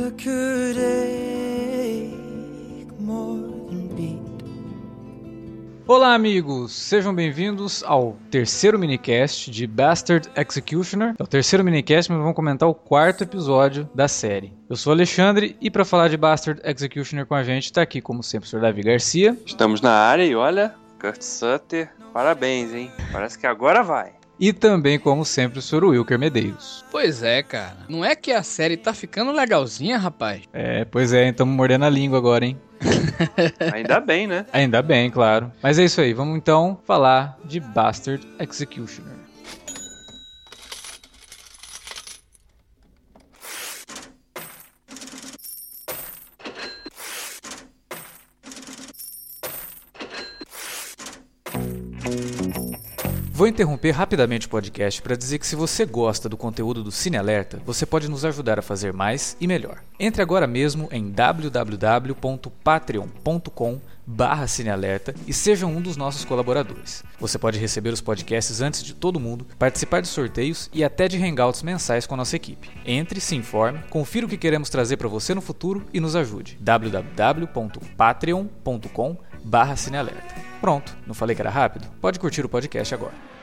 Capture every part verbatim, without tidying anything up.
never could ache more than beat. Olá amigos, sejam bem-vindos ao terceiro minicast de Bastard Executioner. É o terceiro minicast, mas vamos comentar o quarto episódio da série. Eu sou o Alexandre e para falar de Bastard Executioner com a gente está aqui, como sempre, o senhor Davi Garcia. Estamos na área e olha, Kurt Sutter, parabéns, hein? Parece que agora vai. E também, como sempre, o senhor Wilker Medeiros. Pois é, cara. Não é que a série tá ficando legalzinha, rapaz? É, pois é, estamos mordendo a língua agora, hein? Ainda bem, né? Ainda bem, claro. Mas é isso aí, vamos então falar de Bastard Executioner. Vou interromper rapidamente o podcast para dizer que se você gosta do conteúdo do Cine Alerta, você pode nos ajudar a fazer mais e melhor. Entre agora mesmo em w w w ponto patreon ponto com barra cinealerta e seja um dos nossos colaboradores. Você pode receber os podcasts antes de todo mundo, participar de sorteios e até de hangouts mensais com a nossa equipe. Entre, se informe, confira o que queremos trazer para você no futuro e nos ajude. w w w ponto patreon ponto com barra cinealerta. Pronto, não falei que era rápido? Pode curtir o podcast agora.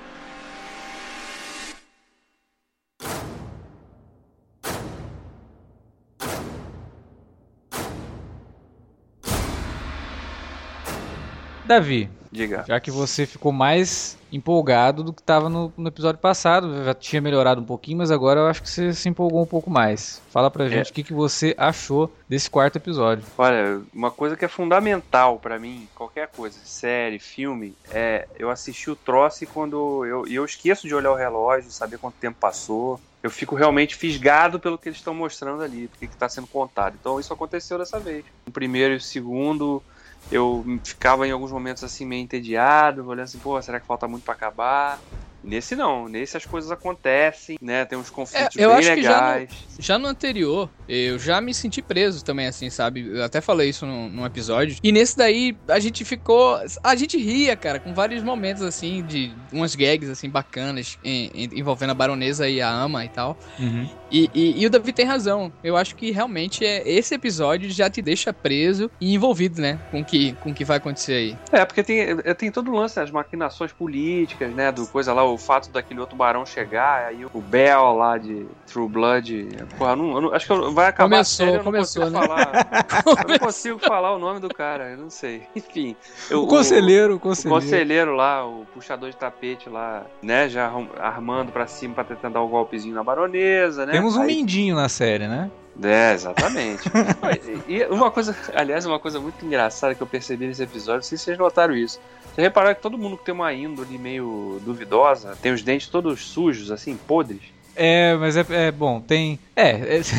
Davi, diga. Já que você ficou mais empolgado do que estava no, no episódio passado, já tinha melhorado um pouquinho, mas agora eu acho que você se empolgou um pouco mais. Fala pra gente o é. que, que você achou desse quarto episódio. Olha, uma coisa que é fundamental pra mim, qualquer coisa, série, filme, é eu assistir o troço e quando eu, eu esqueço de olhar o relógio, saber quanto tempo passou. Eu fico realmente fisgado pelo que eles estão mostrando ali, porque que está sendo contado. Então isso aconteceu dessa vez. O primeiro e o segundo, eu ficava em alguns momentos assim meio entediado, olhando assim, pô, será que falta muito pra acabar? Nesse não, nesse as coisas acontecem, né, tem uns conflitos é, eu bem acho legais. Que já, no, já no anterior, eu já me senti preso também, assim, sabe, eu até falei isso num, num episódio, e nesse daí a gente ficou, a gente ria, cara, com vários momentos, assim, de umas gags, assim, bacanas, em, em, envolvendo a baronesa e a ama e tal, uhum. e, e, e o Davi tem razão, eu acho que realmente é, esse episódio já te deixa preso e envolvido, né, com que, com o que vai acontecer aí. É, porque tem, tem todo o lance, as maquinações políticas, né, do coisa lá, o fato daquele outro barão chegar, aí o Bell lá de True Blood, porra, não, eu não, acho que vai acabar começou, a série, eu começou, não consigo né? falar, eu não consigo falar o nome do cara, eu não sei, enfim. Eu, o conselheiro, o conselheiro. O conselheiro lá, o puxador de tapete lá, né, já armando pra cima pra tentar dar o um golpezinho na baronesa, né. Temos um aí... mindinho na série, né? É, exatamente. E uma coisa, aliás, uma coisa muito engraçada que eu percebi nesse episódio, não sei se vocês notaram isso. Vocês repararam que todo mundo que tem uma índole meio duvidosa tem os dentes todos sujos, assim, podres? É, mas é, é bom, tem... É... é...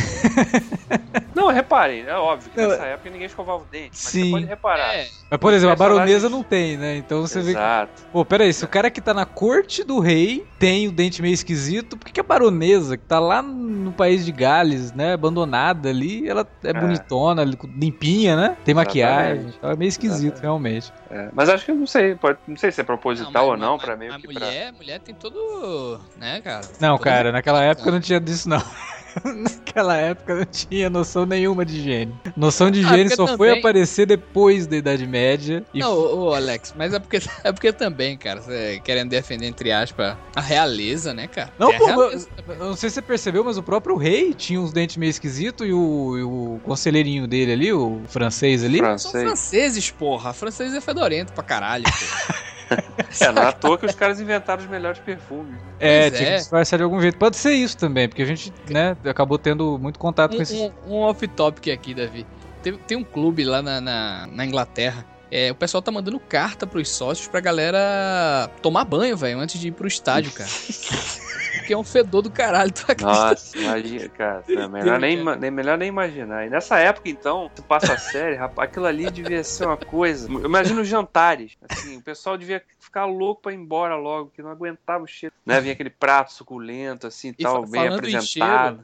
Não, reparem, é óbvio que nessa época ninguém escovava o dente, mas Sim. você pode reparar. É. Mas, por exemplo, a baronesa personagens... não tem, né? Então você Exato. vê que... Pô, peraí, se o cara que tá na corte do rei tem o dente meio esquisito, por que, que a baronesa, que tá lá no país de Gales, né, abandonada ali, ela é, é. bonitona, limpinha, né? Tem maquiagem, é meio esquisito, Exatamente. realmente. É. Mas acho que eu não sei, pode, não sei se é proposital não, ou não, mas, pra meio a que mulher, pra... mulher tem todo, né, cara? Não, todo cara, naquela época não tinha disso, não. Naquela época não tinha noção nenhuma de higiene. Noção de higiene ah, só também... foi aparecer depois da Idade Média. E... Não, ô, ô Alex, mas é porque, é porque também, cara, você querendo defender, entre aspas, a realeza, né, cara? Não, é pô, eu, eu não sei se você percebeu, mas o próprio rei tinha uns dentes meio esquisitos e o, e o conselheirinho dele ali, o francês ali. Francês. São franceses, porra. Francês é fedorento pra caralho, porra. É, não é à toa que os caras inventaram os melhores perfumes. Né? É, pois tinha é. que disfarçar de algum jeito. Pode ser isso também, porque a gente, né, acabou tendo muito contato um, com esses... Um, um off-topic aqui, Davi. Tem, tem um clube lá na, na, na Inglaterra. É, o pessoal tá mandando carta pros sócios pra galera tomar banho, velho, antes de ir pro estádio, cara. Porque é um fedor do caralho. Tu Nossa, imagina, cara. É melhor nem, nem, melhor nem imaginar. E nessa época, então, se passa a série, rapaz, aquilo ali devia ser uma coisa... Imagina os jantares. Assim, o pessoal devia ficar louco pra ir embora logo, que não aguentava o cheiro. Né? Vinha aquele prato suculento, assim, e tal, bem apresentado.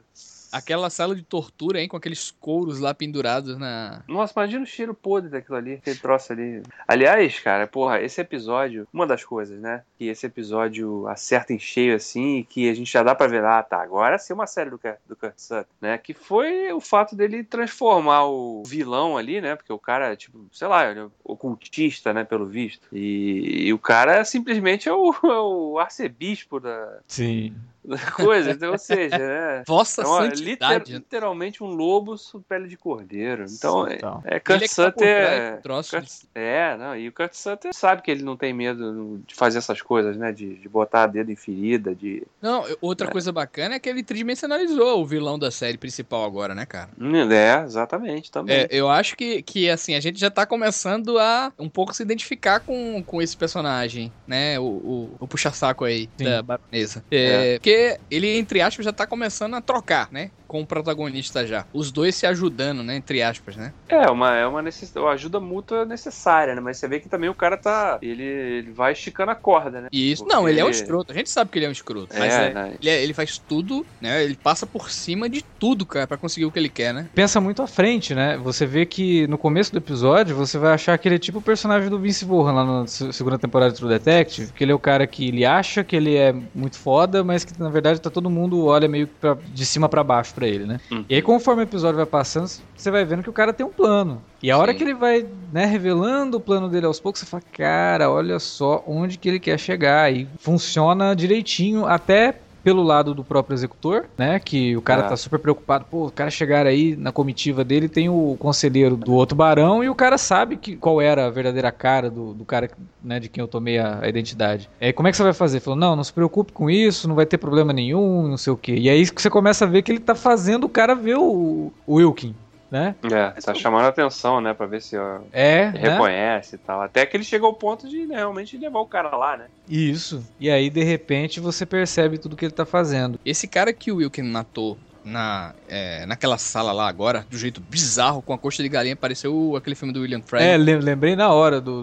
Aquela sala de tortura, hein, com aqueles couros lá pendurados na... Nossa, imagina o cheiro podre daquilo ali, aquele troço ali. Aliás, cara, porra, esse episódio, uma das coisas, né, que esse episódio acerta em cheio, assim, que a gente já dá pra ver, ah, tá, agora sim uma série do, do Kurt Sutter, né, que foi o fato dele transformar o vilão ali, né, porque o cara, tipo, sei lá, ele é ocultista, né, pelo visto, e, e o cara simplesmente é o, é o arcebispo da... Sim. coisa, então, ou seja, né? Vossa é uma, santidade. liter, literalmente um lobo sob pele de cordeiro. Então, Então. é, é Kurt Ele é que tá por Sutter. trás do troço, Kurt, é, não, e o Kurt Sutter sabe que ele não tem medo de fazer essas coisas, né? De, de botar dedo em ferida, de. Não, outra É. coisa bacana é que ele tridimensionalizou o vilão da série principal agora, né, cara? É, exatamente, também. É, eu acho que, que, assim, a gente já tá começando a um pouco se identificar com, com esse personagem, né? O, o, o puxa-saco aí Sim. da baronesa. É, porque ele, entre aspas, já tá começando a trocar, né? Com o protagonista já. Os dois se ajudando, né? Entre aspas, né? É, uma, é uma, necess... uma ajuda mútua necessária, né? Mas você vê que também o cara tá. Ele, ele vai esticando a corda, né? E isso. Porque Não, ele é um escroto. A gente sabe que ele é um escroto. É, mas é, né? ele, é- ele faz tudo, né? Ele passa por cima de tudo, cara, pra conseguir o que ele quer, né? Pensa muito à frente, né? Você vê que no começo do episódio você vai achar que ele é tipo o personagem do Vince Vaughn lá na se- segunda temporada de True Detective, que ele é o cara que ele acha que ele é muito foda, mas que na verdade tá todo mundo olha meio que pra- de cima pra baixo pra ele, né? Hum. E aí conforme o episódio vai passando, você vai vendo que o cara tem um plano. E a hora Sim. que ele vai, né, revelando o plano dele aos poucos, você fala, cara, olha só onde que ele quer chegar. E funciona direitinho até pelo lado do próprio executor, né? Que o cara É. tá super preocupado. Pô, o cara chegar aí na comitiva dele, tem o conselheiro do outro barão e o cara sabe que, qual era a verdadeira cara do, do cara, né, de quem eu tomei a, a identidade. É, como é que você vai fazer? Falou, não, não se preocupe com isso, não vai ter problema nenhum, não sei o quê. E aí que você começa a ver que ele tá fazendo o cara ver o, o Wilkin, né? É, tá chamando a atenção, né? Pra ver se ó, É, ele né? reconhece e tal. Até que ele chegou ao ponto de né, realmente levar o cara lá, né? Isso. E aí, de repente, você percebe tudo que ele tá fazendo. Esse cara que o Wilkin matou na, é, naquela sala lá agora, do jeito bizarro, com a coxa de galinha, pareceu aquele filme do William Friedkin. É, lem- lembrei na hora do...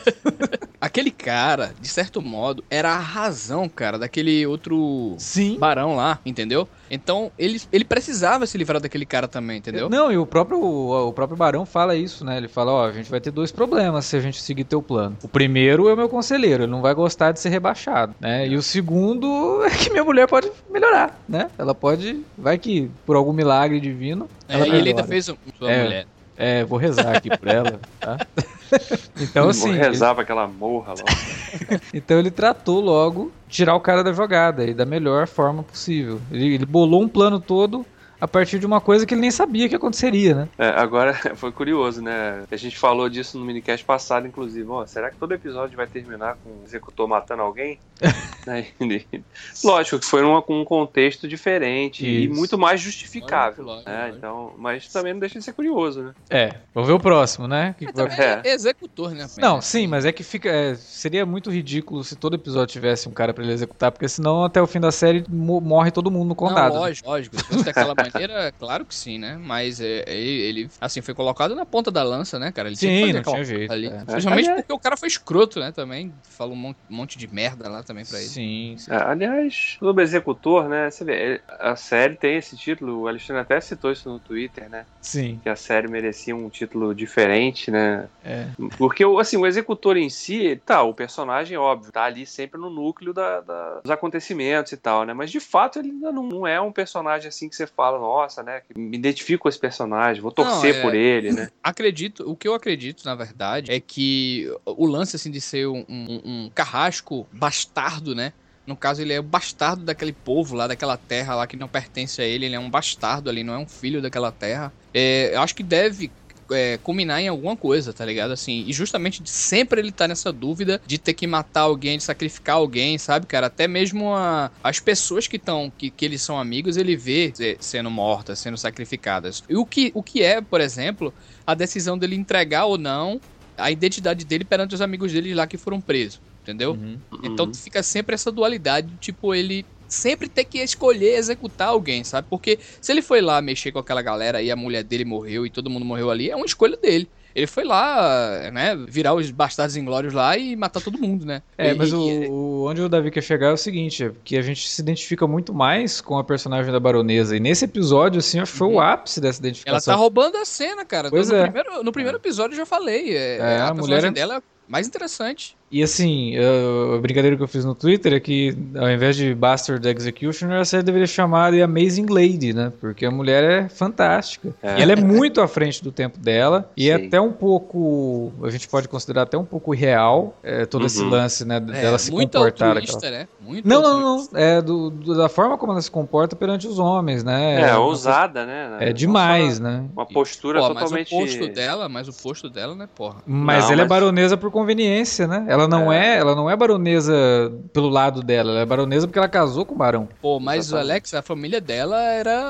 Aquele cara, de certo modo, era a razão, cara, daquele outro Sim. barão lá, entendeu? Então, ele, ele precisava se livrar daquele cara também, entendeu? Não, e o próprio, o, o próprio Barão fala isso, né? Ele fala, ó, a gente vai ter dois problemas se a gente seguir teu plano. O primeiro é o meu conselheiro, ele não vai gostar de ser rebaixado, né? E o segundo é que minha mulher pode melhorar, né? Ela pode, vai que por algum milagre divino, É, ela e ele ainda melhora. fez um, sua É. mulher. É, vou rezar aqui por ela, tá? Então, assim, Vou rezar pra que ela morra logo. ele, então ele tratou logo de tirar o cara da jogada e da melhor forma possível. Ele, ele bolou um plano todo a partir de uma coisa que ele nem sabia que aconteceria, né? É, agora, foi curioso, né? A gente falou disso no minicast passado, inclusive. Ó, será que todo episódio vai terminar com o executor matando alguém? Aí, lógico que foi numa, com um contexto diferente e Isso. muito mais justificável. Lógico, né? lógico. Então, mas também não deixa de ser curioso, né? É, vamos ver o próximo, né? Que que vai- Também é executor, né? Não, sim, mas é que fica. é, seria muito ridículo se todo episódio tivesse um cara pra ele executar, porque senão até o fim da série mo- morre todo mundo no condado. Não, lógico, lógico. Se fosse daquela maneira, claro que sim, né? Mas é, é, ele, assim, foi colocado na ponta da lança, né, cara? Ele tinha que Sim, fazer não aquela tinha jeito. ali. é. Especialmente Aliás- porque o cara foi escroto, né, também. Falou um monte, um monte de merda lá também pra ele. Sim, sim. É, aliás, sobre executor, né? Você vê, ele- a série tem esse título, o Alexandre até citou isso no Twitter, né? Sim. Que a série merecia um título diferente, né? É. Porque, assim, o executor em si, tá, o personagem, óbvio, tá ali sempre no núcleo da- da- dos acontecimentos e tal, né? Mas, de fato, ele ainda não, não é um personagem, assim, que você fala, nossa, né? que Me identifico com esse personagem, vou torcer Não, é- por ele, né? Acredito, o que eu acredito, na verdade, é que o lance, assim, de ser um, um- um carrasco bastardo, né? No caso, ele é o bastardo daquele povo lá, daquela terra lá que não pertence a ele. Ele é um bastardo ali, não é um filho daquela terra. É, eu acho que deve é, culminar em alguma coisa, tá ligado? Assim, e justamente de sempre ele tá nessa dúvida de ter que matar alguém, de sacrificar alguém, sabe, cara? Até mesmo a, as pessoas que estão, que, que eles são amigos, ele vê se- sendo mortas, sendo sacrificadas. E o que, o que é, por exemplo, a decisão dele entregar ou não a identidade dele perante os amigos dele lá que foram presos, entendeu? Uhum. Então Uhum. fica sempre essa dualidade, tipo, ele sempre ter que escolher executar alguém, sabe? Porque se ele foi lá mexer com aquela galera e a mulher dele morreu e todo mundo morreu ali, é uma escolha dele. ele foi lá, né, virar os Bastardos Inglórios lá e matar todo mundo, né? É, E- mas e- o, o- onde o Davi quer chegar é o seguinte, é que a gente se identifica muito mais com a personagem da Baronesa, e nesse episódio, assim, acho que foi o ápice dessa Ela identificação. tá roubando a cena, cara. Pois no, é. primeiro, no primeiro episódio eu já falei. É, É, a, a personagem mulher é- dela é mais interessante. E assim, a a brincadeira que eu fiz no Twitter é que ao invés de Bastard Executioner, a série deveria chamar de Amazing Lady, né? Porque a mulher é fantástica. É. E ela é muito à frente do tempo dela. E é Sim. até um pouco, a gente pode considerar até um pouco irreal, é, todo Uhum. esse lance, né? É, Dela se muito comportar. altruísta, daquela- né? Muito Não, não, altruísta. não. É do, do- da forma como ela se comporta perante os homens, né? É, uma ousada, né? coisa- É demais, Nossa, né? Uma postura Pô, totalmente... mas o posto dela, mas o posto dela, né, porra? Mas Não, ela é mas- baronesa por conveniência, né? Ela não é. É. ela não é baronesa pelo lado dela, ela é baronesa porque ela casou com o barão. Pô, mas o Exatamente. Alex, a família dela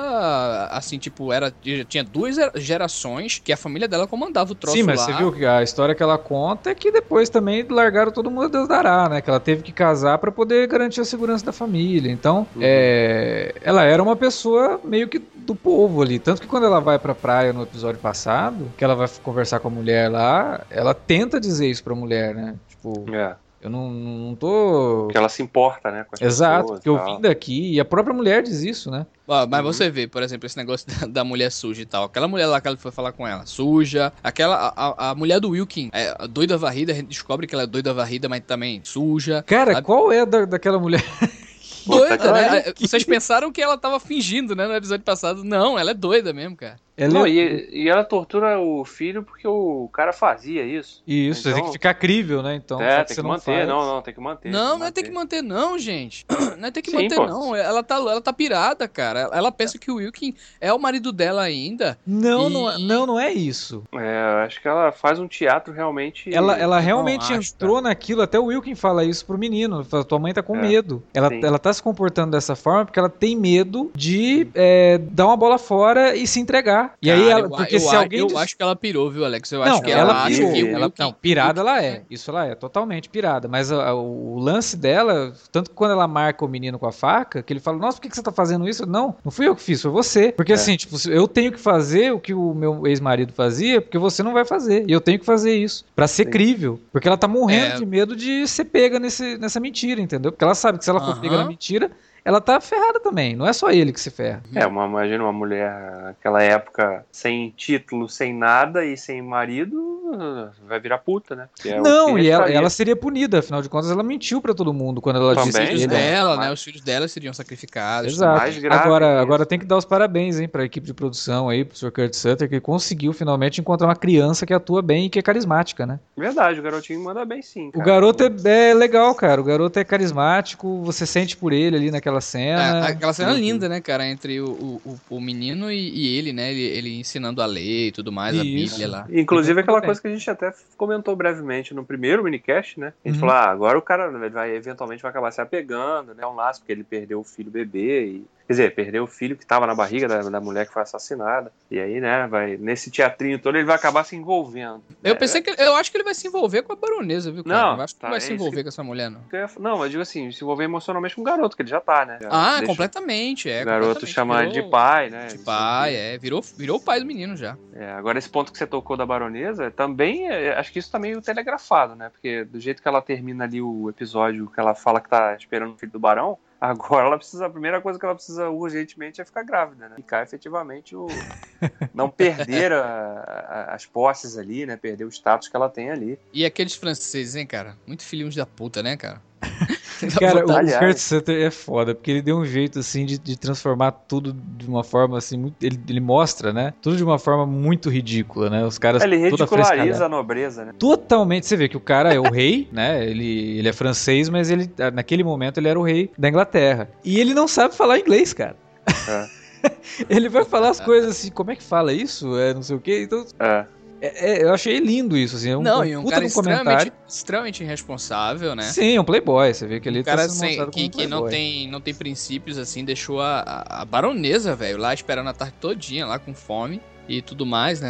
era assim, tipo, era tinha duas gerações que a família dela comandava o troço Sim, mas lá. você viu que a história que ela conta é que depois também largaram todo mundo a Deus dará, né? Que ela teve que casar pra poder garantir a segurança da família. Então, Uhum. é, ela era uma pessoa meio que do povo ali. Tanto que quando ela vai pra praia no episódio passado, que ela vai conversar com a mulher lá, ela tenta dizer isso pra mulher, né? Tipo, É, eu não, não tô... porque ela se importa, né, com as Exato, pessoas. porque eu e tal. vim daqui, e a própria mulher diz isso, né? Ó, mas Uhum. você vê, por exemplo, esse negócio da, da mulher suja e tal. Aquela mulher lá que ela foi falar com ela, suja. Aquela, a, a- a mulher do Wilkin, é, a doida varrida, a gente descobre que ela é doida varrida, mas também suja. Cara, sabe? qual é da, daquela mulher? Puta Doida, que né? pariu. Vocês pensaram que ela tava fingindo, né, no episódio passado. Não, ela é doida mesmo, cara. Ela Não, é- e, e ela tortura o filho porque o cara fazia isso. Isso, você tem que Então- ficar crível, né? Então, é, só tem você que não manter. faz. Não, não, tem que manter. Não, não é ter que manter não, gente. Não é ter que Sim, manter pô. não. Ela tá, ela tá pirada, cara. Ela pensa que o Wilkin é o marido dela ainda. Não, E- não, é- não, não é isso. É, eu acho que ela faz um teatro realmente... Ela, ela realmente acho, entrou naquilo, até o Wilkin fala isso pro menino, fala, tua mãe tá com É, medo. Ela, sim. ela tá se comportando dessa forma porque ela tem medo de é, dar uma bola fora e se entregar. E aí, Cara, ela, eu, porque eu, se a- alguém... eu diz- acho que ela pirou, viu, Alex? Eu Não, acho que ela, ela, acha pirou. que o Ela- Wilkin... não, pirada ela Wilkin é. Isso ela é, totalmente pirada. Mas a- a- o lance dela, tanto que quando ela marca o menino com a faca, que ele fala, nossa, por que, que você tá fazendo isso? Não, não fui eu que fiz, foi você. Porque É. assim, tipo, se eu tenho que fazer o que o meu ex-marido fazia, porque você não vai fazer. E eu tenho que fazer isso, pra ser Sim. crível. Porque ela tá morrendo É. de medo de ser pega nesse, nessa mentira, entendeu? Porque ela sabe que se ela for Aham. pega na mentira, ela tá ferrada também. Não é só ele que se ferra. É, uma, imagina uma mulher naquela época sem título, sem nada e sem marido, vai virar puta, né? Que é o não, que e ela, restaria. ela seria punida, afinal de contas, ela mentiu pra todo mundo quando ela Também, disse Os que filhos ele né? dela, Mas- né? Os filhos dela seriam sacrificados. Exato. mais grave agora, que agora isso. tem que dar os parabéns, hein, pra equipe de produção aí, pro senhor Kurt Sutter, que conseguiu finalmente encontrar uma criança que atua bem e que é carismática, né? Verdade, o garotinho manda bem sim, O cara. garoto é, é legal, cara. O garoto é carismático, você sente por ele ali naquela cena. É, aquela cena Uhum. linda, né, cara, entre o, o, o- o menino e, e ele, né, ele, ele ensinando a ler e tudo mais, a Isso. Bíblia lá. Inclusive Então, aquela tudo bem. coisa que a gente até comentou brevemente no primeiro minicast, né? A gente Uhum. falou, ah, agora o cara vai, eventualmente vai acabar se apegando, né? É um laço porque ele perdeu o filho bebê e... Quer dizer, perdeu o filho que estava na barriga da, da mulher que foi assassinada. E aí, né, vai, nesse teatrinho todo ele vai acabar se envolvendo. Eu É, pensei que, eu acho que ele vai se envolver com a baronesa, viu, cara? Não, eu acho que tá, não vai é se isso envolver que- com essa mulher, não. Não, mas digo assim, se envolver emocionalmente com o garoto, que ele já tá, né? Já Ah, deixa completamente, é. O garoto completamente. chama ele de Virou- pai, né? De Isso pai, aqui. é. Virou, virou o pai do menino já. É, agora esse ponto que você tocou da baronesa, também, é, acho que isso tá meio telegrafado, né? Porque do jeito que ela termina ali o episódio, que ela fala que tá esperando o filho do barão, agora ela precisa, a primeira coisa que ela precisa urgentemente é ficar grávida, né? Ficar efetivamente o... não perder a- a- as posses ali, né? Perder o status que ela tem ali. E aqueles franceses, hein, cara? Muito filhinhos da puta, né, cara? Cara, o Aliás. Kurt Sutter é foda, porque ele deu um jeito, assim, de, de transformar tudo de uma forma, assim, muito... Ele, ele mostra, né? Tudo de uma forma muito ridícula, né? Os caras Ele toda ridiculariza frescalhada. a nobreza, né? Totalmente, você vê que o cara é o rei, né? Ele, ele é francês, mas ele naquele momento ele era o rei da Inglaterra. E ele não sabe falar inglês, cara. É. Ele vai falar as coisas assim, como é que fala isso? É não sei o quê. Então, É. é- é, eu achei lindo isso, assim. É um, Não, um e um puta cara de um comentário. extremamente, extremamente irresponsável, né? Sim, é um playboy. Você vê que ele Um cara tá sendo sem, mostrado que, como um que não, playboy. tem, não tem princípios, assim, deixou a, a, a baronesa, velho, lá esperando a tarde todinha, lá com fome e tudo mais, né?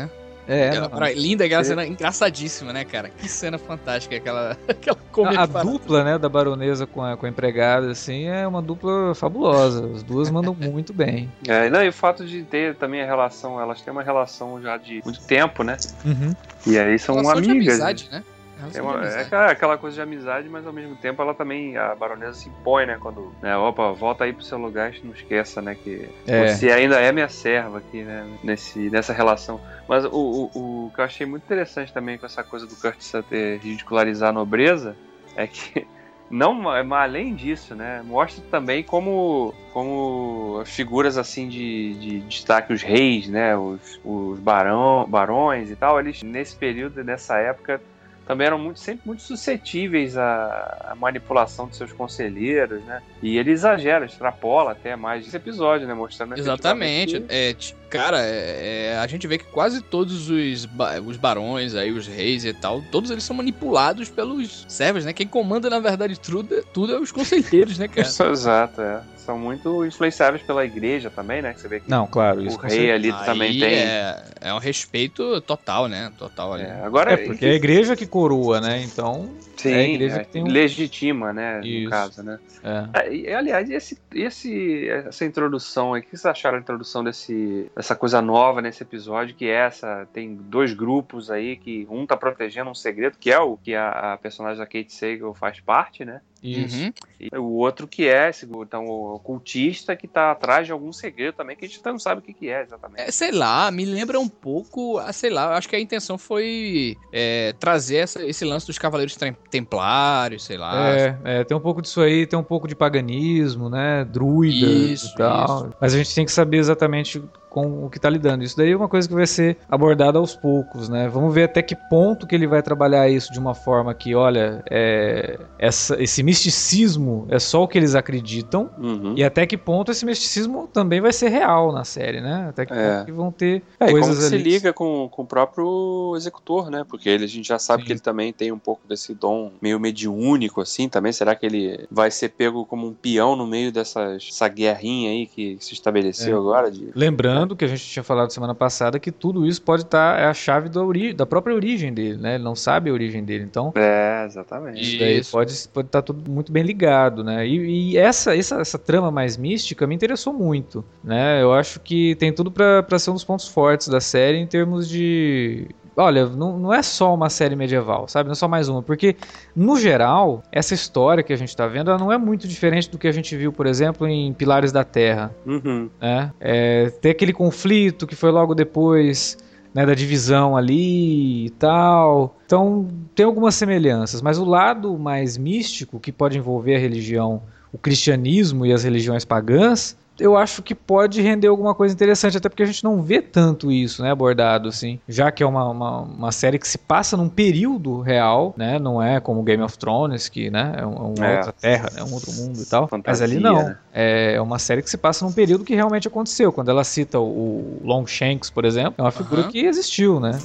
É, Aquela- não, linda, aquela É. cena engraçadíssima, né, cara? Que cena fantástica, aquela, aquela comer a barata. dupla, né, da baronesa com a, com a empregada, assim, é uma dupla fabulosa. As duas mandam muito bem. É, não, e o fato de ter também a relação, elas têm uma relação já de muito tempo, né? Uhum. E aí são Relação de amigas. amizade, né? É, Relação uma- de é amizade. aquela, aquela coisa de amizade, mas ao mesmo tempo ela também, a baronesa se impõe, né? Quando, né, opa, volta aí pro seu lugar, não esqueça, né? Que É. você ainda é minha serva aqui, né? Nesse, nessa relação. Mas o, o, o que eu achei muito interessante também com essa coisa do Curtis ter ridicularizar a nobreza é que, não, mas além disso, né? Mostra também como, como as figuras assim de, de destaque, os reis, né? Os, os barão, barões e tal, eles nesse período, nessa época, também eram muito, sempre muito suscetíveis à, à manipulação de seus conselheiros, né? E ele exagera, extrapola até mais esse episódio, né? Mostrando Exatamente. efetivamente É, t- cara, é- é, a gente vê que quase todos os, ba- os barões, aí, os reis e tal, todos eles são manipulados pelos servos, né? Quem comanda, na verdade, tudo, tudo é os conselheiros, né, que- cara? Exato, é. São muito influenciáveis pela igreja também, né? Que você vê que Não, claro, o isso com rei ali Aí também tem. É, é um respeito total, né? Total ali. É, agora, É, porque é a igreja que coroa, né? Então, sim, é a igreja é, que tem um... legitima, né? Isso. No caso, né? É. É, e, aliás, esse, esse, essa introdução aí, o que vocês acharam da introdução desse, dessa coisa nova nesse episódio, que é essa, tem dois grupos aí, que um tá protegendo um segredo, que é o que a, a personagem da Kate Sagal faz parte, né? Isso. Uhum. E o outro que é esse, então, o ocultista que tá atrás de algum segredo também, que a gente não sabe o que, que é exatamente. É, sei lá, me lembra um pouco, ah, sei lá, eu acho que a intenção foi é, trazer essa- esse lance dos Cavaleiros Tem- Templários, sei lá. É, é, tem um pouco disso aí, tem um pouco de paganismo, né? Druidas Isso, e tal. isso. Mas a gente tem que saber exatamente com o que tá lidando. Isso daí é uma coisa que vai ser abordada aos poucos, né? Vamos ver até que ponto que ele vai trabalhar isso de uma forma que, olha, é, essa, esse misticismo é só o que eles acreditam. Uhum. E até que ponto esse misticismo também vai ser real na série, né? Até que É. ponto que vão ter É, e como coisas que se ali. liga com, com o próprio executor, né? Porque ele, a gente já sabe Sim. que ele também tem um pouco desse dom meio mediúnico, assim, também. Será que ele vai ser pego como um peão no meio dessas, dessa guerrinha aí que se estabeleceu É. agora? De... Lembrando que a gente tinha falado semana passada que tudo isso pode estar, é a chave da, ori- da própria origem dele, né? Ele não sabe a origem dele, então É, exatamente. isso daí Isso. pode pode estar tudo muito bem ligado, né? E, e essa, essa essa trama mais mística me interessou muito, né? Eu acho que tem tudo pra pra ser um dos pontos fortes da série em termos de... Olha, não, não é só uma série medieval, sabe? Não é só mais uma. Porque, no geral, essa história que a gente tá vendo, ela não é muito diferente do que a gente viu, por exemplo, em Pilares da Terra, Uhum. né? É, tem aquele conflito que foi logo depois, né, da divisão ali e tal. Então, tem algumas semelhanças. Mas o lado mais místico, que pode envolver a religião, o cristianismo e as religiões pagãs, eu acho que pode render alguma coisa interessante, até porque a gente não vê tanto isso, né, abordado, assim, já que é uma, uma, uma série que se passa num período real, né, não é como Game of Thrones, que, né, é, um- é uma É. outra terra, é um outro mundo e tal, Fantasia, mas ali não, né? é é uma série que se passa num período que realmente aconteceu, quando ela cita o, o Longshanks, por exemplo, é uma figura Aham. que existiu, né.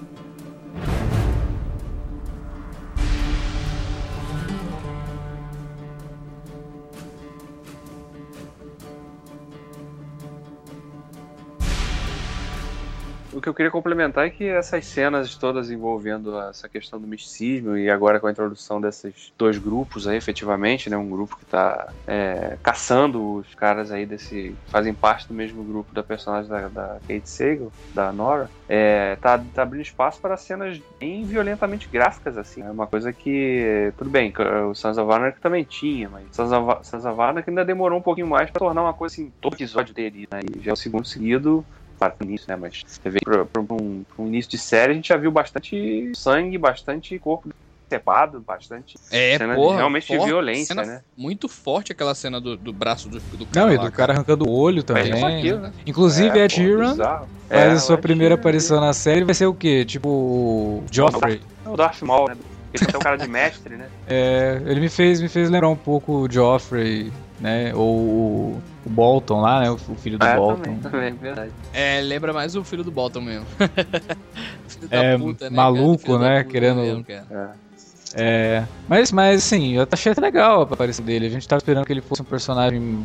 O que eu queria complementar é que essas cenas todas envolvendo essa questão do misticismo e agora com a introdução desses dois grupos aí, efetivamente, né, um grupo que tá é, caçando os caras aí desse, fazem parte do mesmo grupo da personagem da, da Kate Sagal, da Nora, é, tá, tá abrindo espaço para cenas bem violentamente gráficas, assim, é uma coisa que, tudo bem, o Sons of Anarchy também tinha, mas Sons of, Sons of Anarchy ainda demorou um pouquinho mais para tornar uma coisa assim, todo episódio dele, né, e já é o segundo seguido, para o início, né? Mas você vê para um, um início de série, a gente já viu bastante sangue, bastante corpo decepado, bastante É, cena de- porra, realmente de forte, violência, cena né? Muito forte aquela cena do, do braço do, do cara Não, e lá, do cara arrancando o olho também. É isso aquilo, né? Inclusive, É, Ed pô, Sheeran bizarro. faz É, a sua o Ed primeira Sheeran, aparição na série, vai ser o quê? Tipo, o Joffrey. É o Darth Maul, né? Ele é um cara de mestre, né? É, ele me fez, me fez lembrar um pouco o Joffrey, né? Ou o, o Bolton lá, né? O, o filho do É, Bolton. também, também, verdade. É, lembra mais o filho do Bolton mesmo. Filho da É, puta, né, maluco, cara? Filho da né, puta querendo- mesmo, cara. É. É, mas, mas assim, eu achei até legal a aparição dele. A gente tava esperando que ele fosse um personagem,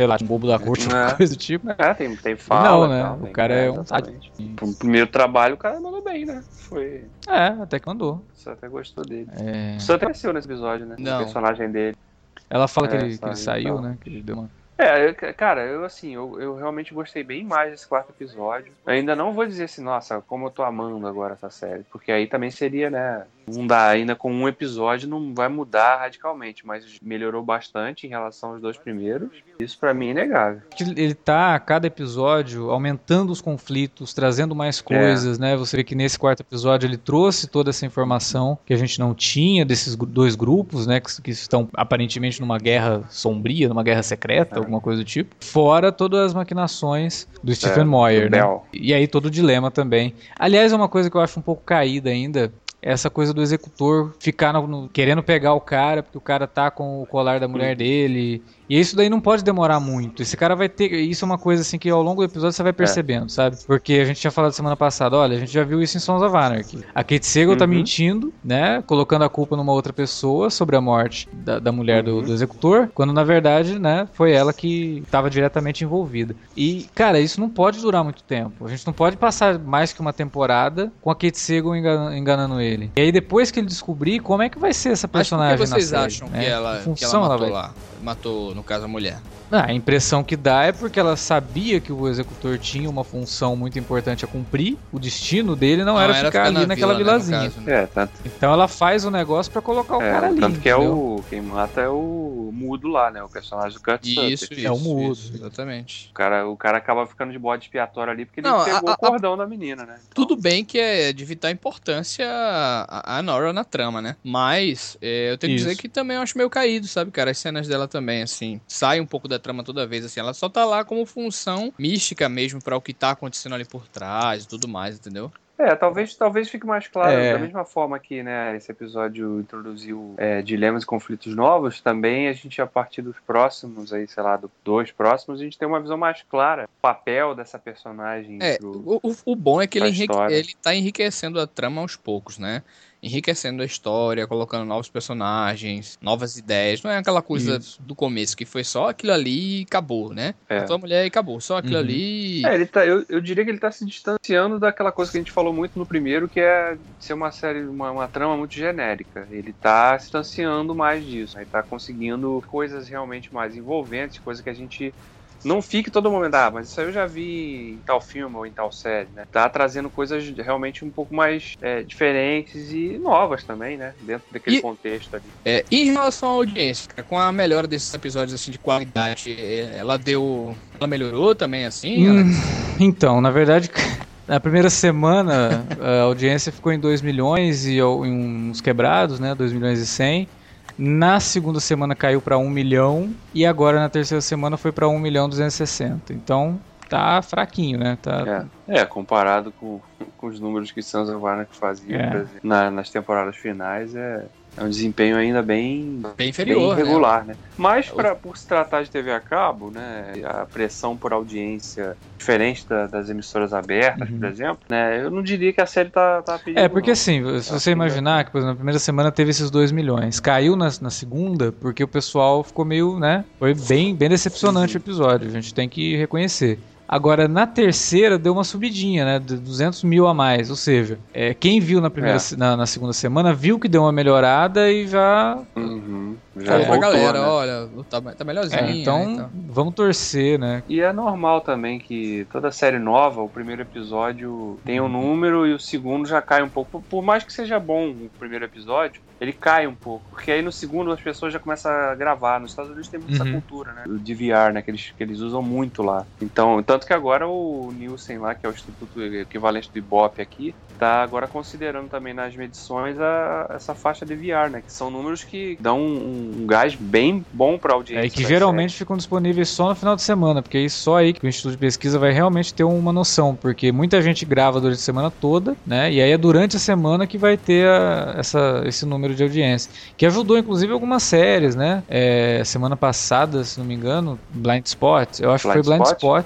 sei lá, um bobo da corte, É. uma coisa do tipo. É, tem, tem fala. Não, né? Tal, O tem- cara é um exatamente. Pro primeiro trabalho, o cara mandou bem, né? Foi. É, até que mandou. Você até gostou dele. É... Você até apareceu nesse episódio, né? Não. O personagem dele. Ela fala que É, ele, que sabe, ele saiu, então. né? Que ele deu uma... É, eu- cara, eu assim, eu, eu realmente gostei bem mais desse quarto episódio. Eu ainda não vou dizer assim, nossa, como eu tô amando agora essa série. Porque aí também seria, né? Não dá, ainda com um episódio não vai mudar radicalmente, mas melhorou bastante em relação aos dois primeiros. Isso pra mim é inegável. Ele tá, a cada episódio, aumentando os conflitos, trazendo mais coisas, né? Você vê que nesse quarto episódio ele trouxe toda essa informação que a gente não tinha desses gru- dois grupos, né? Que, que estão aparentemente numa guerra sombria, numa guerra secreta, É. alguma coisa do tipo. Fora todas as maquinações do Stephen É, Moyer, do né? Bell. E aí todo o dilema também. Aliás, é uma coisa que eu acho um pouco caída ainda. Essa coisa do executor ficar no- no- querendo pegar o cara, porque o cara tá com o colar da mulher dele. E isso daí não pode demorar muito. Esse cara vai ter. Isso é uma coisa assim que ao longo do episódio você vai percebendo, sabe? Porque a gente tinha falado semana passada, olha, a gente já viu isso em Sons of Anarchy. A Kate Sagal tá Uhum. mentindo, né? Colocando a culpa numa outra pessoa sobre a morte da, da mulher do, Uhum. do executor, quando na verdade, né, foi ela que estava diretamente envolvida. E, cara, isso não pode durar muito tempo. A gente não pode passar mais que uma temporada com a Kate Sagal engan- enganando ele. E aí depois que ele descobrir, como é que vai ser essa Mas por personagem que vocês na série, acham né? que ela, Que que ela função ela matou vai lá? Matou, no caso, a mulher. Ah, a impressão que dá é porque ela sabia que o executor tinha uma função muito importante a cumprir. O destino dele não, era ficar ali na naquela vila, né, no vilazinha. caso, né? É, tanto, Então ela faz o negócio pra colocar o é, cara ali. tanto que é entendeu? o. Quem mata é o mudo lá, né? O personagem do Kurt Isso, Sutter. isso, É o mudo. isso, exatamente. O cara, o cara acaba ficando de bode expiatório ali porque ele Não, pegou a- a- o cordão da menina, né? Então, Tudo bem que é de vital importância a, a Nora na trama, né? Mas é, eu tenho que Isso. dizer que também eu acho meio caído, sabe, cara? As cenas dela também, assim, sai um pouco da trama toda vez, assim. Ela só tá lá como função mística mesmo pra o que tá acontecendo ali por trás e tudo mais, entendeu? É, talvez, talvez fique mais claro, É. da mesma forma que, né, esse episódio introduziu é, dilemas e conflitos novos, também a gente, a partir dos próximos, aí, sei lá, dos dois próximos, a gente tem uma visão mais clara do papel dessa personagem. É, pro- o, o- o bom é que ele, pra enrique, história. ele tá enriquecendo a trama aos poucos, né? Enriquecendo a história, colocando novos personagens, novas ideias. Não é aquela coisa Isso. do começo que foi só aquilo ali e acabou, né? É. Matou a mulher e acabou. Só aquilo Uhum. ali. É, ele tá, eu, eu diria que ele tá se distanciando daquela coisa que a gente falou muito no primeiro, que é ser uma série, uma, uma trama muito genérica. Ele tá se distanciando mais disso, né? Ele tá conseguindo coisas realmente mais envolventes, coisas que a gente não fique todo momento, ah, mas isso aí eu já vi em tal filme ou em tal série, né? Tá trazendo coisas realmente um pouco mais é, diferentes e novas também, né? Dentro daquele E- contexto ali. É, em relação à audiência, cara, com a melhora desses episódios assim de qualidade, é, ela deu. Ela melhorou também, assim? Hum, Alex? então, na verdade, na primeira semana a audiência ficou em dois milhões e ao- em uns quebrados, né? dois milhões e cem. Na segunda semana caiu para um milhão e agora na terceira semana foi para um milhão e duzentos e sessenta. Então tá fraquinho, né? Tá, É, é comparado com, com os números que Sons of Anarchy fazia, É. por exemplo, na- nas temporadas finais, é, é um desempenho ainda bem, Bem inferior, bem né? irregular, né? Mas pra, por se tratar de T V a cabo, né, a pressão por audiência diferente da- das emissoras abertas, Uhum. por exemplo, né, eu não diria que a série tá, tá pedindo. É, porque não. assim, se Acho você que imaginar que, por exemplo, na primeira semana teve esses dois milhões, caiu na, na segunda porque o pessoal ficou meio, né, foi bem, bem decepcionante o episódio, a gente tem que reconhecer. Agora, na terceira, deu uma subidinha, né? De duzentos mil a mais. Ou seja, é, quem viu na, primeira, É. se- na, na segunda semana viu que deu uma melhorada e já. Uhum. Já Falou pra voltou, galera, né? olha, tá, tá melhorzinho. É, então, né, então. vamos torcer, né? E é normal também que toda série nova, o primeiro episódio tem um número e o segundo já cai um pouco. Por- Por mais que seja bom o primeiro episódio, ele cai um pouco. Porque aí no segundo as pessoas já começam a gravar. Nos Estados Unidos tem muito essa Uhum. cultura, né? O D V R, né? Que eles, que eles usam muito lá. Então, tanto que agora o Nielsen lá, que é o instituto equivalente do Ibope aqui, tá agora considerando também nas medições a, essa faixa D V R, né? Que são números que dão um, um gás bem bom pra audiência. É, e que da geralmente ficam disponíveis só no final de semana, porque é só aí que o Instituto de Pesquisa vai realmente ter uma noção, porque muita gente grava durante a semana toda, né? E aí é durante a semana que vai ter a- essa, esse número de audiência. Que ajudou, inclusive, algumas séries, né? É, semana passada, se não me engano, Blind Spot, eu acho que Blind foi Blind Spot? Spot,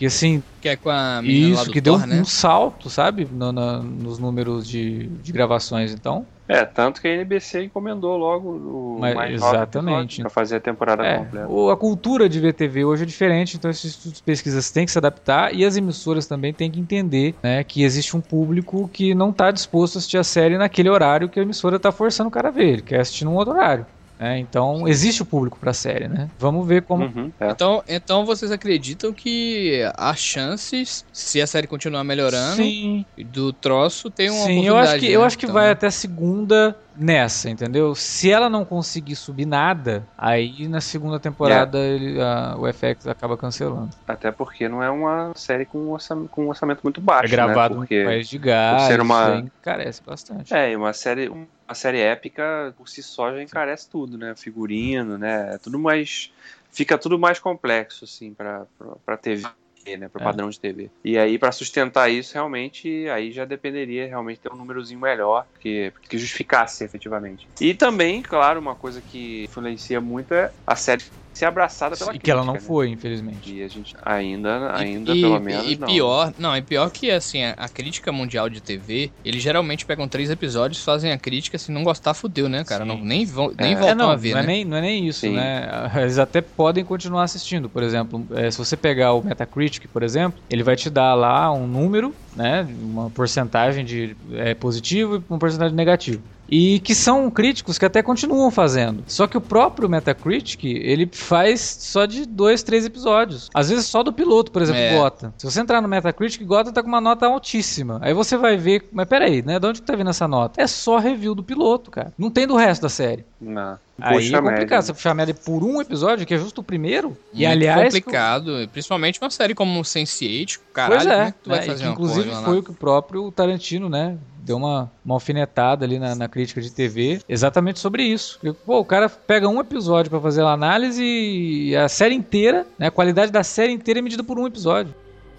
que assim... Que é com a menina lá Isso, do que deu Thor, um, né? um salto, sabe? No- na- nos números de, de gravações, então... É, tanto que a N B C encomendou logo o Mas- mais nove exatamente. episódios pra fazer a temporada É, completa. o- a cultura de V T V hoje é diferente, então esses estudos de pesquisas têm que se adaptar e as emissoras também têm que entender, né, que existe um público que não está disposto a assistir a série naquele horário que a emissora está forçando o cara a ver, ele quer assistir num outro horário. Né? Então existe o público para a série, né? Vamos ver como... Uhum, é. Então, então vocês acreditam que há chances, se a série continuar melhorando, Sim, do troço tem uma sim, eu acho que, oportunidade, eu né? acho que Então, vai até segunda nessa, entendeu? Se ela não conseguir subir nada, aí na segunda temporada ele, a- o F X acaba cancelando. Até porque não é uma série com um orçamento, com um orçamento muito baixo, É gravado né? no Porque país de gás, ser uma- já encarece bastante. é, e uma série, uma série épica por si só já encarece tudo, né? Figurino, né? É tudo mais, fica tudo mais complexo assim para para T V. Né, para É. padrão de T V. E aí, para sustentar isso, realmente, aí já dependeria realmente ter um númerozinho melhor que, que justificasse efetivamente. E também, claro, uma coisa que influencia muito é a série ser abraçada pela E crítica. que ela não né? foi, infelizmente. E a gente ainda, ainda e, pelo e- menos, e não. pior, não, e pior que assim, a, a crítica mundial de T V, eles geralmente pegam três episódios, fazem a crítica, se não gostar, fudeu, né, cara? Não, nem vão, nem É. voltam É, não, a ver, não, é né? nem, não é nem isso, Sim. né? Eles até podem continuar assistindo. Por exemplo, é, se você pegar o Metacritic, por exemplo, ele vai te dar lá um número, né? Uma porcentagem de é, positivo e uma porcentagem de negativo. E que são críticos que até continuam fazendo. Só que o próprio Metacritic, ele faz só de dois, três episódios. Às vezes só do piloto, por exemplo, É. Gotham. Se você entrar no Metacritic, Gotham tá com uma nota altíssima. Aí você vai ver, mas peraí, né? De onde que tá vindo essa nota? É só review do piloto, cara. Não tem do resto da série. Não. Aí Puxa é complicado, média. você puxar a média por um episódio, que é justo o primeiro. E Muito aliás, complicado, principalmente uma série como sense eight, caralho, pois é, como é que tu vai né, e fazer que uma inclusive porra lá? foi o que o próprio Tarantino, né, deu uma, uma alfinetada ali na, na crítica de T V, exatamente sobre isso. Porque, pô, o cara pega um episódio pra fazer a análise e a série inteira, né, a qualidade da série inteira é medida por um episódio.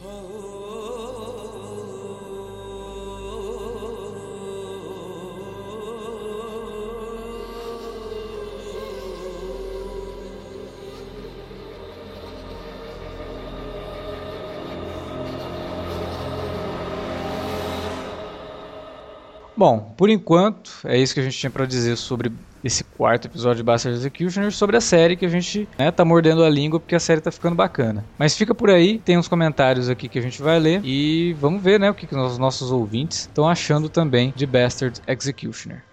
Bom, por enquanto, é isso que a gente tinha pra dizer sobre esse quarto episódio de Bastard Executioner, sobre a série que a gente, né, tá mordendo a língua porque a série tá ficando bacana. Mas fica por aí, tem uns comentários aqui que a gente vai ler e vamos ver, né, o que, que os nossos ouvintes estão achando também de Bastard Executioner.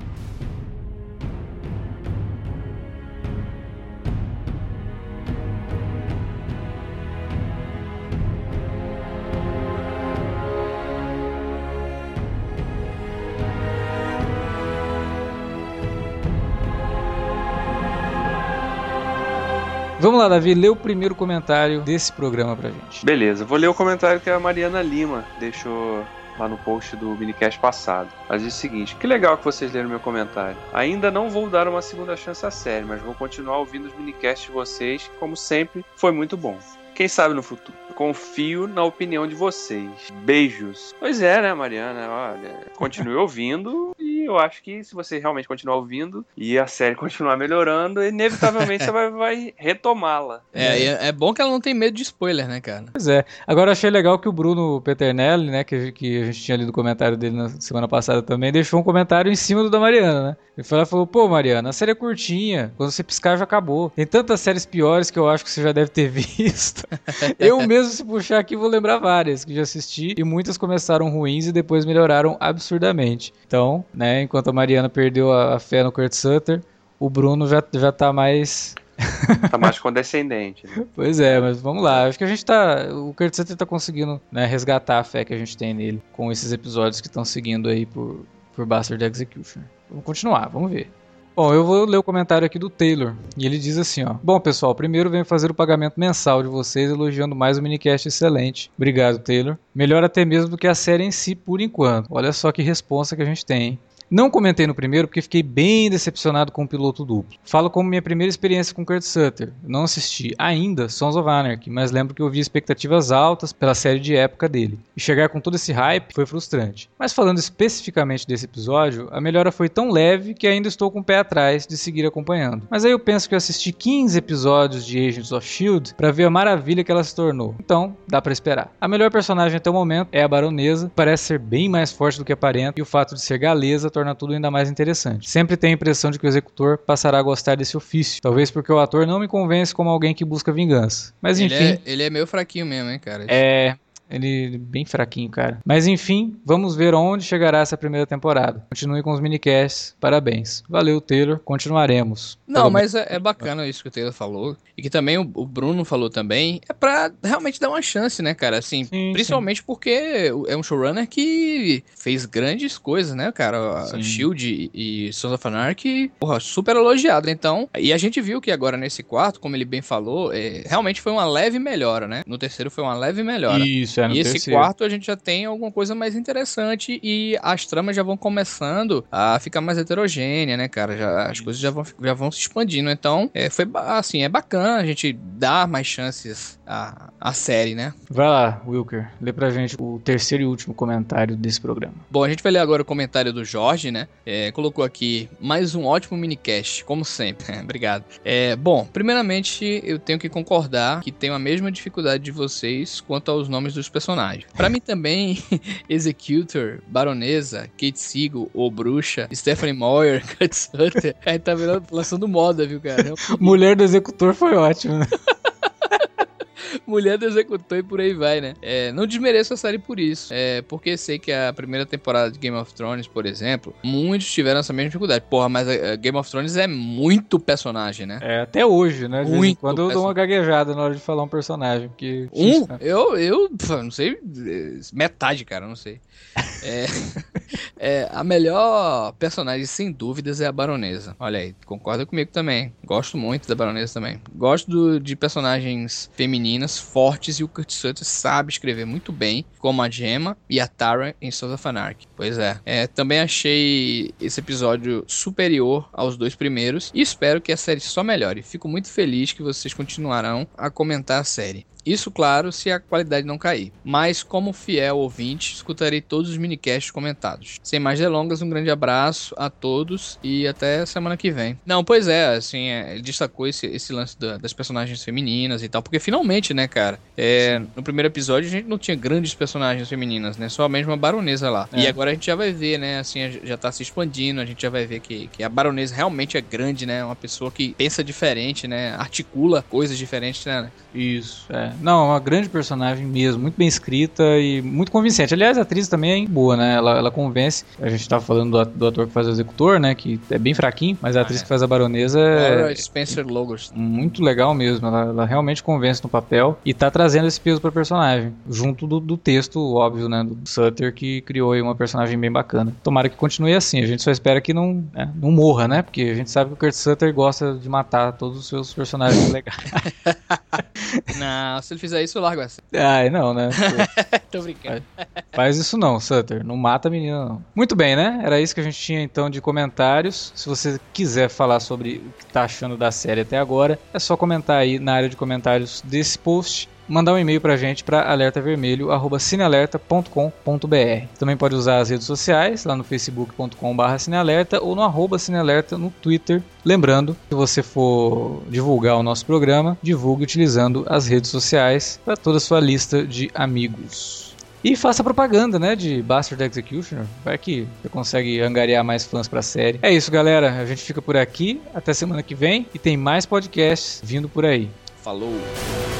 Vamos lá, Davi, lê o primeiro comentário desse programa pra gente. Beleza, vou ler o comentário que a Mariana Lima deixou lá no post do minicast passado. Ela diz o seguinte: que legal que vocês leram meu comentário. Ainda não vou dar uma segunda chance à série, mas vou continuar ouvindo os minicasts de vocês, que como sempre, foi muito bom. Quem sabe no futuro. Confio na opinião de vocês. Beijos. Pois é, né, Mariana? Olha, continue ouvindo e eu acho que se você realmente continuar ouvindo e a série continuar melhorando, inevitavelmente você vai, vai retomá-la. É, e é, é bom que ela não tem medo de spoiler, né, cara? Pois é. Agora eu achei legal que o Bruno Peternelli, né, que, que a gente tinha lido o comentário dele na semana passada também, deixou um comentário em cima do da Mariana, né? Ele falou, falou, pô, Mariana, a série é curtinha, quando você piscar já acabou. Tem tantas séries piores que eu acho que você já deve ter visto. Eu mesmo, se puxar aqui, vou lembrar várias que já assisti e muitas começaram ruins e depois melhoraram absurdamente. Então, né, enquanto a Mariana perdeu a, a fé no Kurt Sutter, o Bruno já, já tá mais... Tá mais condescendente, né? Pois é, mas vamos lá. Acho que a gente tá... O Kurt Sutter tá conseguindo, né, resgatar a fé que a gente tem nele com esses episódios que estão seguindo aí por, por Bastard Executioner. Vamos continuar, vamos ver. Bom, eu vou ler o comentário aqui do Taylor, e ele diz assim, ó. Bom, pessoal, primeiro venho fazer o pagamento mensal de vocês, elogiando mais o minicast excelente. Obrigado, Taylor. Melhor até mesmo do que a série em si, por enquanto. Olha só que responsa que a gente tem, hein? Não comentei no primeiro porque fiquei bem decepcionado com o piloto duplo. Falo como minha primeira experiência com Kurt Sutter. Não assisti ainda Sons of Anarchy, mas lembro que eu vi expectativas altas pela série de época dele. E chegar com todo esse hype foi frustrante. Mas falando especificamente desse episódio, a melhora foi tão leve que ainda estou com o pé atrás de seguir acompanhando. Mas aí eu penso que eu assisti quinze episódios de Agents of Shield para ver a maravilha que ela se tornou. Então, dá pra esperar. A melhor personagem até o momento é a Baronesa, parece ser bem mais forte do que aparenta, e o fato de ser galesa torna tudo ainda mais interessante. Sempre tenho a impressão de que o executor passará a gostar desse ofício, talvez porque o ator não me convence como alguém que busca vingança. Mas enfim... Ele é, ele é meio fraquinho mesmo, hein, cara? É... Ele é bem fraquinho, cara. Mas enfim, vamos ver onde chegará essa primeira temporada. Continue com os minicasts. Parabéns. Valeu, Taylor. Continuaremos. Não, mas é, é bacana isso que o Taylor falou. E que também o, o Bruno falou também. É pra realmente dar uma chance, né, cara? Assim, sim, principalmente sim. porque é um showrunner que fez grandes coisas, né, cara? A Shield e, e Sons of Anarchy, porra, super elogiado. Então, e a gente viu que agora nesse quarto, como ele bem falou, é, realmente foi uma leve melhora, né? No terceiro foi uma leve melhora. Isso. É, e esse terceiro. quarto a gente já tem alguma coisa mais interessante e as tramas já vão começando a ficar mais heterogênea, né, cara? Já, as coisas já vão, já vão se expandindo. Então, é, foi assim, é bacana a gente dar mais chances à, à série, né? Vai lá, Wilker, lê pra gente o terceiro e último comentário desse programa. Bom, a gente vai ler agora o comentário do Jorge, né? É, colocou aqui mais um ótimo minicast, como sempre. Obrigado. É, bom, primeiramente eu tenho que concordar que tenho a mesma dificuldade de vocês quanto aos nomes dos personagens. Pra mim também, Executor, Baronesa, Kate Siegel, ou Bruxa, Stephanie Moyer, Kurt Sutter. Aí tá lançando moda, viu, cara? Mulher do Executor foi ótimo, né? Mulher do Executor e por aí vai, né? É, não desmereço a série por isso. É, porque sei que a primeira temporada de Game of Thrones, por exemplo, muitos tiveram essa mesma dificuldade. Porra, mas a, a Game of Thrones é muito personagem, né? É, até hoje, né? De muito vez em quando eu dou uma gaguejada na hora de falar um personagem. Porque... Um? Eu, eu não sei, metade, cara, não sei. É, é, a melhor personagem, sem dúvidas, é a Baronesa. Olha aí, concorda comigo também. Gosto muito da Baronesa também. Gosto do, de personagens femininas fortes, e o Kurt Sutter sabe escrever muito bem, como a Gemma e a Tara em Sons of Anarchy. Pois é. é. Também achei esse episódio superior aos dois primeiros e espero que a série só melhore. Fico muito feliz que vocês continuarão a comentar a série. Isso, claro, se a qualidade não cair. Mas, como fiel ouvinte, escutarei todos os minicasts comentados. Sem mais delongas, um grande abraço a todos e até semana que vem. Não, pois é, assim, é, ele destacou esse, esse lance da, das personagens femininas e tal, porque finalmente, né, cara, é, no primeiro episódio a gente não tinha grandes personagens femininas, né, só a mesma Baronesa lá. É. E agora a gente já vai ver, né, assim, já tá se expandindo, a gente já vai ver que, que a Baronesa realmente é grande, né, uma pessoa que pensa diferente, né, articula coisas diferentes, né. Isso, é. Não, uma grande personagem mesmo, muito bem escrita e muito convincente. Aliás, a atriz também é boa, né? Ela, ela convence. A gente tava falando do, do ator que faz o Executor, né? Que é bem fraquinho, mas a atriz ah, é. que faz a Baronesa é... Spencer Logos. Muito legal mesmo. Ela, ela realmente convence no papel e tá trazendo esse peso pra personagem. Junto do, do texto, óbvio, né? Do Sutter, que criou aí uma personagem bem bacana. Tomara que continue assim. A gente só espera que não, né, não morra, né? Porque a gente sabe que o Kurt Sutter gosta de matar todos os seus personagens legais. Não, se ele fizer isso, eu largo essa. Ai, não, né? Tô brincando. Faz isso não, Sutter. Não mata a menina, não. Muito bem, né? Era isso que a gente tinha, então, de comentários. Se você quiser falar sobre o que tá achando da série até agora, é só comentar aí na área de comentários desse post. Mandar um e-mail pra gente para alertavermelho arroba cinealerta ponto com ponto b r. Também pode usar as redes sociais, lá no facebook ponto com barra cinealerta ou no arroba cinealerta no Twitter. Lembrando, se você for divulgar o nosso programa, divulgue utilizando as redes sociais para toda a sua lista de amigos. E faça propaganda, né, de Bastard Executioner. Vai que você consegue angariar mais fãs pra série. É isso, galera. A gente fica por aqui. Até semana que vem. E tem mais podcasts vindo por aí. Falou!